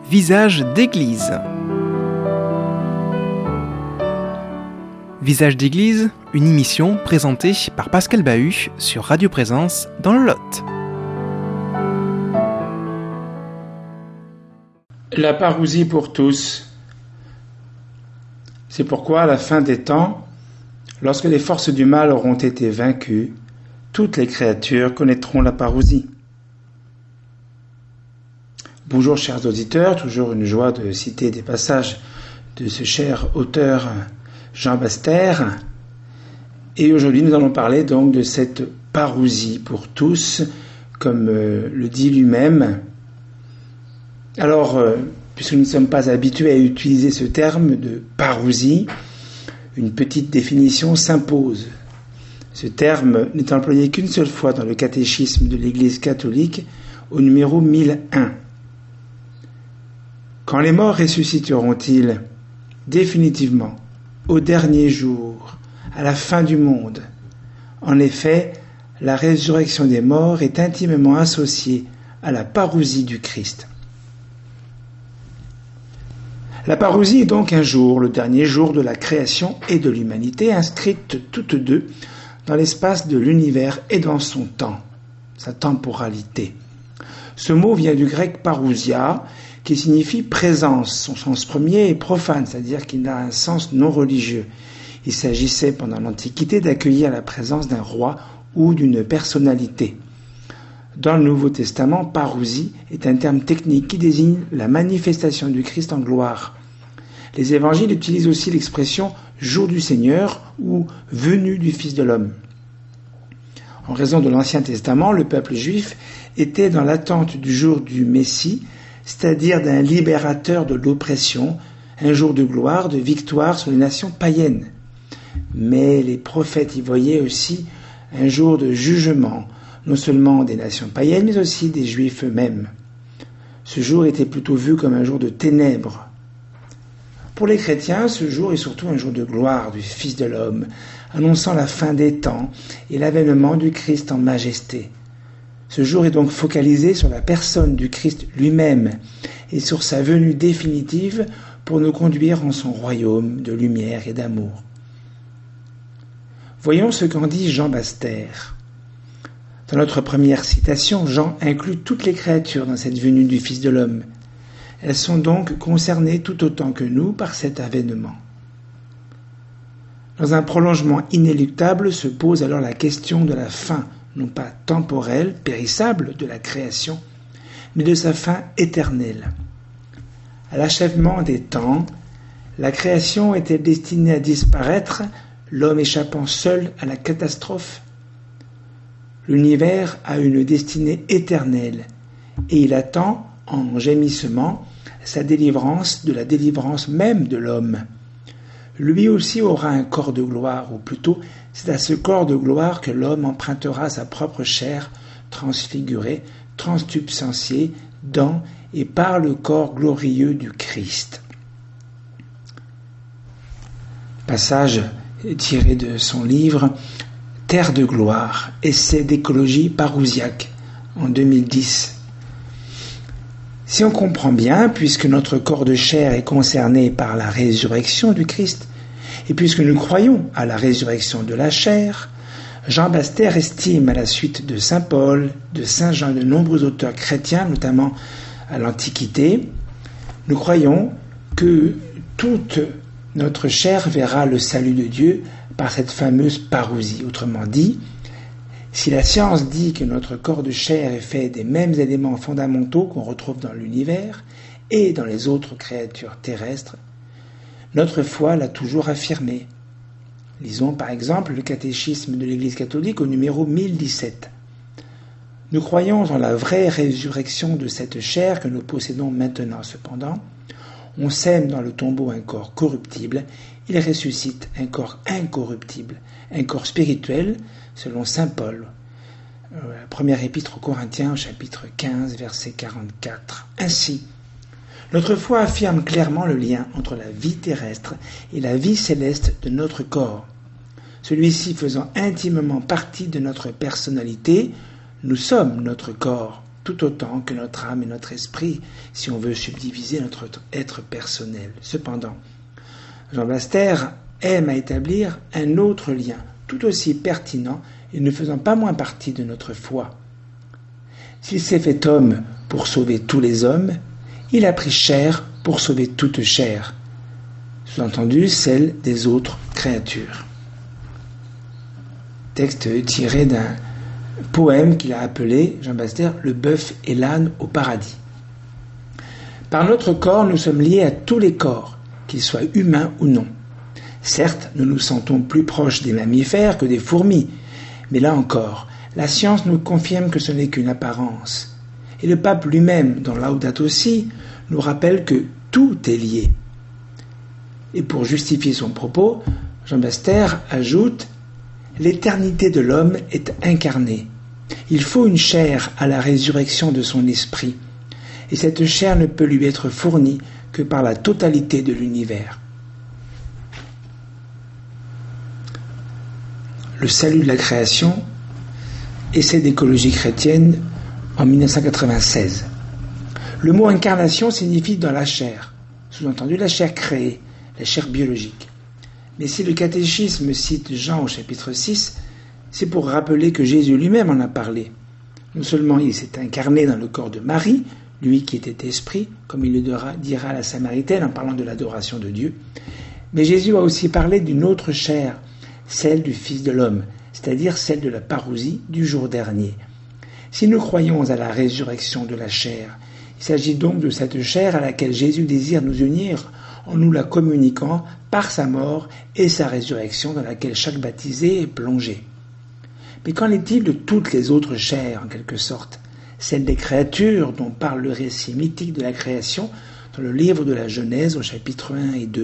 Visage d'église. Visage d'église, une émission présentée par Pascal Bahut sur Radio Présence dans le Lot. La parousie pour tous. C'est pourquoi à la fin des temps, lorsque les forces du mal auront été vaincues, toutes les créatures connaîtront la parousie. Bonjour chers auditeurs, toujours une joie de citer des passages de ce cher auteur Jean Bastère. Et aujourd'hui nous allons parler donc de cette parousie pour tous, comme le dit lui-même. Alors, puisque nous ne sommes pas habitués à utiliser ce terme de parousie, une petite définition s'impose. Ce terme n'est employé qu'une seule fois dans le catéchisme de l'Église catholique, au numéro 1001. Quand les morts ressusciteront-ils définitivement au dernier jour, à la fin du monde? En effet, la résurrection des morts est intimement associée à la parousie du Christ. La parousie est donc un jour, le dernier jour de la création et de l'humanité, inscrites toutes deux dans l'espace de l'univers et dans son temps, sa temporalité. Ce mot vient du grec parousia, qui signifie présence. Son sens premier est profane, c'est-à-dire qu'il a un sens non religieux. Il s'agissait pendant l'Antiquité d'accueillir la présence d'un roi ou d'une personnalité. Dans le Nouveau Testament, parousie est un terme technique qui désigne la manifestation du Christ en gloire. Les évangiles utilisent aussi l'expression « jour du Seigneur » ou « venue du Fils de l'homme ». En raison de l'Ancien Testament, le peuple juif était dans l'attente du jour du Messie, c'est-à-dire d'un libérateur de l'oppression, un jour de gloire, de victoire sur les nations païennes. Mais les prophètes y voyaient aussi un jour de jugement, non seulement des nations païennes, mais aussi des Juifs eux-mêmes. Ce jour était plutôt vu comme un jour de ténèbres. Pour les chrétiens, ce jour est surtout un jour de gloire du Fils de l'homme, annonçant la fin des temps et l'avènement du Christ en majesté. Ce jour est donc focalisé sur la personne du Christ lui-même et sur sa venue définitive pour nous conduire en son royaume de lumière et d'amour. Voyons ce qu'en dit Jean Bastère. Dans notre première citation, Jean inclut toutes les créatures dans cette venue du Fils de l'homme. Elles sont donc concernées tout autant que nous par cet avènement. Dans un prolongement inéluctable se pose alors la question de la fin, non pas temporelle, périssable de la création, mais de sa fin éternelle. À l'achèvement des temps, la création était destinée à disparaître, l'homme échappant seul à la catastrophe. L'univers a une destinée éternelle, et il attend, en gémissement, sa délivrance de la délivrance même de l'homme. Lui aussi aura un corps de gloire, ou plutôt, c'est à ce corps de gloire que l'homme empruntera sa propre chair, transfigurée, transsubstantiée, dans et par le corps glorieux du Christ. Passage tiré de son livre « Terre de gloire, essai d'écologie parousiaque » en 2010. Si on comprend bien, puisque notre corps de chair est concerné par la résurrection du Christ, et puisque nous croyons à la résurrection de la chair, Jean Bastère estime, à la suite de saint Paul, de saint Jean et de nombreux auteurs chrétiens, notamment à l'Antiquité, nous croyons que toute notre chair verra le salut de Dieu par cette fameuse parousie. Autrement dit, si la science dit que notre corps de chair est fait des mêmes éléments fondamentaux qu'on retrouve dans l'univers et dans les autres créatures terrestres, notre foi l'a toujours affirmé. Lisons par exemple le catéchisme de l'Église catholique au numéro 1017. Nous croyons en la vraie résurrection de cette chair que nous possédons maintenant. Cependant, on sème dans le tombeau un corps corruptible, il ressuscite un corps incorruptible, un corps spirituel, selon saint Paul. La première épître aux Corinthiens, chapitre 15, verset 44. Ainsi, notre foi affirme clairement le lien entre la vie terrestre et la vie céleste de notre corps. Celui-ci faisant intimement partie de notre personnalité, nous sommes notre corps. tout autant que notre âme et notre esprit, si on veut subdiviser notre être personnel. Cependant, Jean Baster aime à établir un autre lien, tout aussi pertinent et ne faisant pas moins partie de notre foi. S'il s'est fait homme pour sauver tous les hommes, il a pris chair pour sauver toute chair, sous-entendu celle des autres créatures. Texte tiré d'un poème qu'il a appelé, Jean Baster, « Le bœuf et l'âne au paradis ». Par notre corps, nous sommes liés à tous les corps, qu'ils soient humains ou non. Certes, nous nous sentons plus proches des mammifères que des fourmis, mais là encore, la science nous confirme que ce n'est qu'une apparence. Et le pape lui-même, dans Laudato Si, nous rappelle que tout est lié. Et pour justifier son propos, Jean Baster ajoute « L'éternité de l'homme est incarnée. Il faut une chair à la résurrection de son esprit, et cette chair ne peut lui être fournie que par la totalité de l'univers. » Le salut de la création, essai d'écologie chrétienne en 1996. Le mot incarnation signifie dans la chair, sous-entendu la chair créée, la chair biologique. Mais si le catéchisme cite Jean au chapitre 6, c'est pour rappeler que Jésus lui-même en a parlé. Non seulement il s'est incarné dans le corps de Marie, lui qui était esprit, comme il le dira à la Samaritaine en parlant de l'adoration de Dieu, mais Jésus a aussi parlé d'une autre chair, celle du Fils de l'homme, c'est-à-dire celle de la parousie du jour dernier. Si nous croyons à la résurrection de la chair, il s'agit donc de cette chair à laquelle Jésus désire nous unir en nous la communiquant par sa mort et sa résurrection dans laquelle chaque baptisé est plongé. Mais qu'en est-il de toutes les autres chairs, en quelque sorte, celles des créatures dont parle le récit mythique de la création dans le livre de la Genèse au chapitre 1 et 2 ?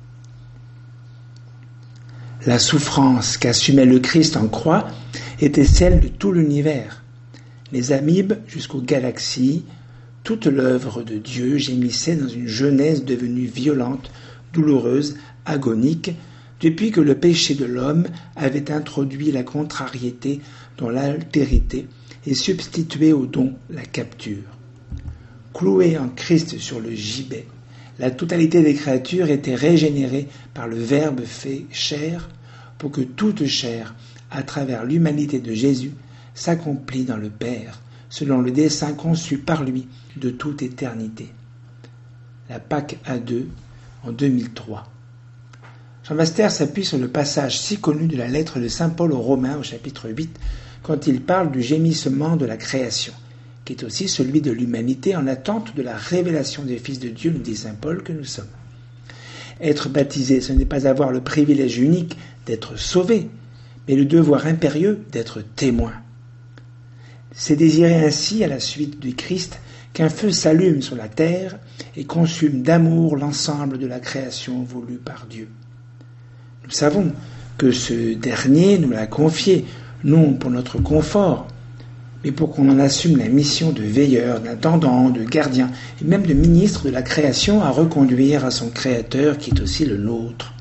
La souffrance qu'assumait le Christ en croix était celle de tout l'univers. Les amibes jusqu'aux galaxies, toute l'œuvre de Dieu gémissait dans une Genèse devenue violente, douloureuse, agonique, depuis que le péché de l'homme avait introduit la contrariété dans l'altérité et substitué au don la capture. Clouée en Christ sur le gibet, la totalité des créatures était régénérée par le Verbe fait chair pour que toute chair, à travers l'humanité de Jésus, s'accomplit dans le Père, selon le dessein conçu par lui de toute éternité. La Pâque A2 en 2003. Jean Baster s'appuie sur le passage si connu de la lettre de saint Paul aux Romains au chapitre 8 quand il parle du gémissement de la création, qui est aussi celui de l'humanité en attente de la révélation des fils de Dieu, nous dit saint Paul, que nous sommes. Être baptisé, ce n'est pas avoir le privilège unique d'être sauvé, mais le devoir impérieux d'être témoin. C'est désirer ainsi, à la suite du Christ, qu'un feu s'allume sur la terre et consume d'amour l'ensemble de la création voulue par Dieu. Nous savons que ce dernier nous l'a confié, non pour notre confort, mais pour qu'on en assume la mission de veilleur, d'intendant, de gardien, et même de ministre de la création à reconduire à son Créateur qui est aussi le nôtre.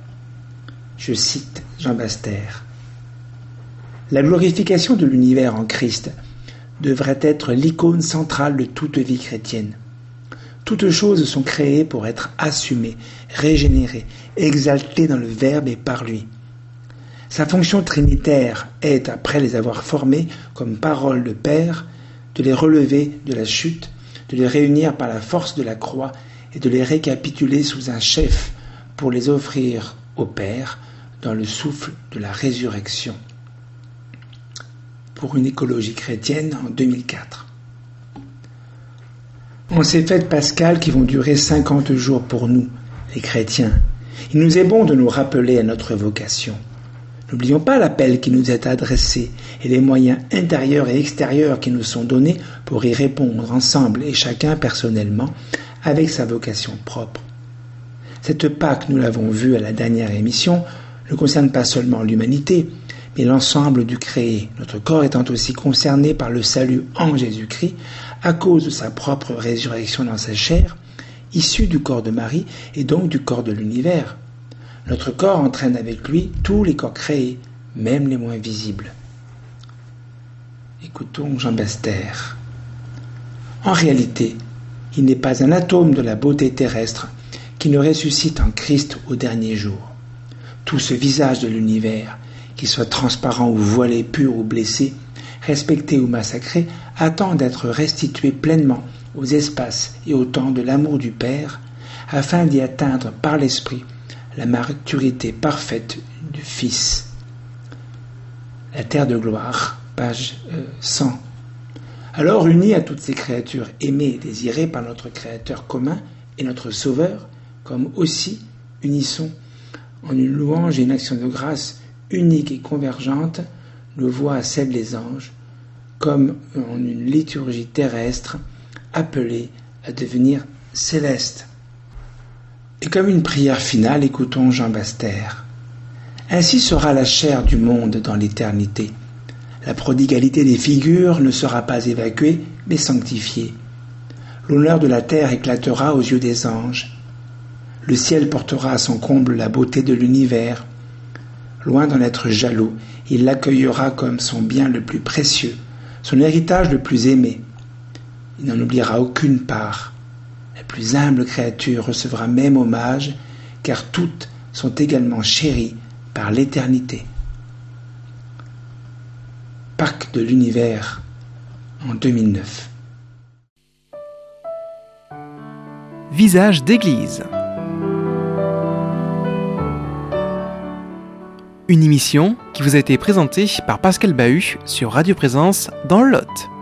Je cite Jean Baster. La glorification de l'univers en Christ devrait être l'icône centrale de toute vie chrétienne. Toutes choses sont créées pour être assumées, régénérées, exaltées dans le Verbe et par lui. Sa fonction trinitaire est, après les avoir formées comme parole de Père, de les relever de la chute, de les réunir par la force de la croix et de les récapituler sous un chef pour les offrir au Père dans le souffle de la résurrection. Pour une écologie chrétienne en 2004. On ces fêtes pascales qui vont durer 50 jours pour nous, les chrétiens. Il nous est bon de nous rappeler à notre vocation. N'oublions pas l'appel qui nous est adressé et les moyens intérieurs et extérieurs qui nous sont donnés pour y répondre ensemble et chacun personnellement avec sa vocation propre. Cette Pâque, nous l'avons vu à la dernière émission, ne concerne pas seulement l'humanité, mais l'ensemble du créé, notre corps étant aussi concerné par le salut en Jésus-Christ à cause de sa propre résurrection dans sa chair, issue du corps de Marie et donc du corps de l'univers. Notre corps entraîne avec lui tous les corps créés, même les moins visibles. Écoutons Jean Baster. En réalité, il n'est pas un atome de la beauté terrestre qui ne ressuscite en Christ au dernier jour. Tout ce visage de l'univers, qu'il soit transparent ou voilé, pur ou blessé, respecté ou massacré, attend d'être restitué pleinement aux espaces et au temps de l'amour du Père, afin d'y atteindre par l'Esprit la maturité parfaite du Fils. La terre de gloire, page 100. Alors, unis à toutes ces créatures aimées et désirées par notre Créateur commun et notre Sauveur, comme aussi unissons en une louange et une action de grâce unique et convergente nos voix à celles des anges, comme en une liturgie terrestre appelée à devenir céleste. Et comme une prière finale, écoutons Jean Bastère. Ainsi sera la chair du monde dans l'éternité. La prodigalité des figures ne sera pas évacuée, mais sanctifiée. L'honneur de la terre éclatera aux yeux des anges. Le ciel portera à son comble la beauté de l'univers. Loin d'en être jaloux, il l'accueillera comme son bien le plus précieux, son héritage le plus aimé. Il n'en oubliera aucune part. La plus humble créature recevra même hommage, car toutes sont également chéries par l'éternité. Parc de l'univers en 2009. Visage d'église. Une émission qui vous a été présentée par Pascal Bahut sur Radio Présence dans le Lot.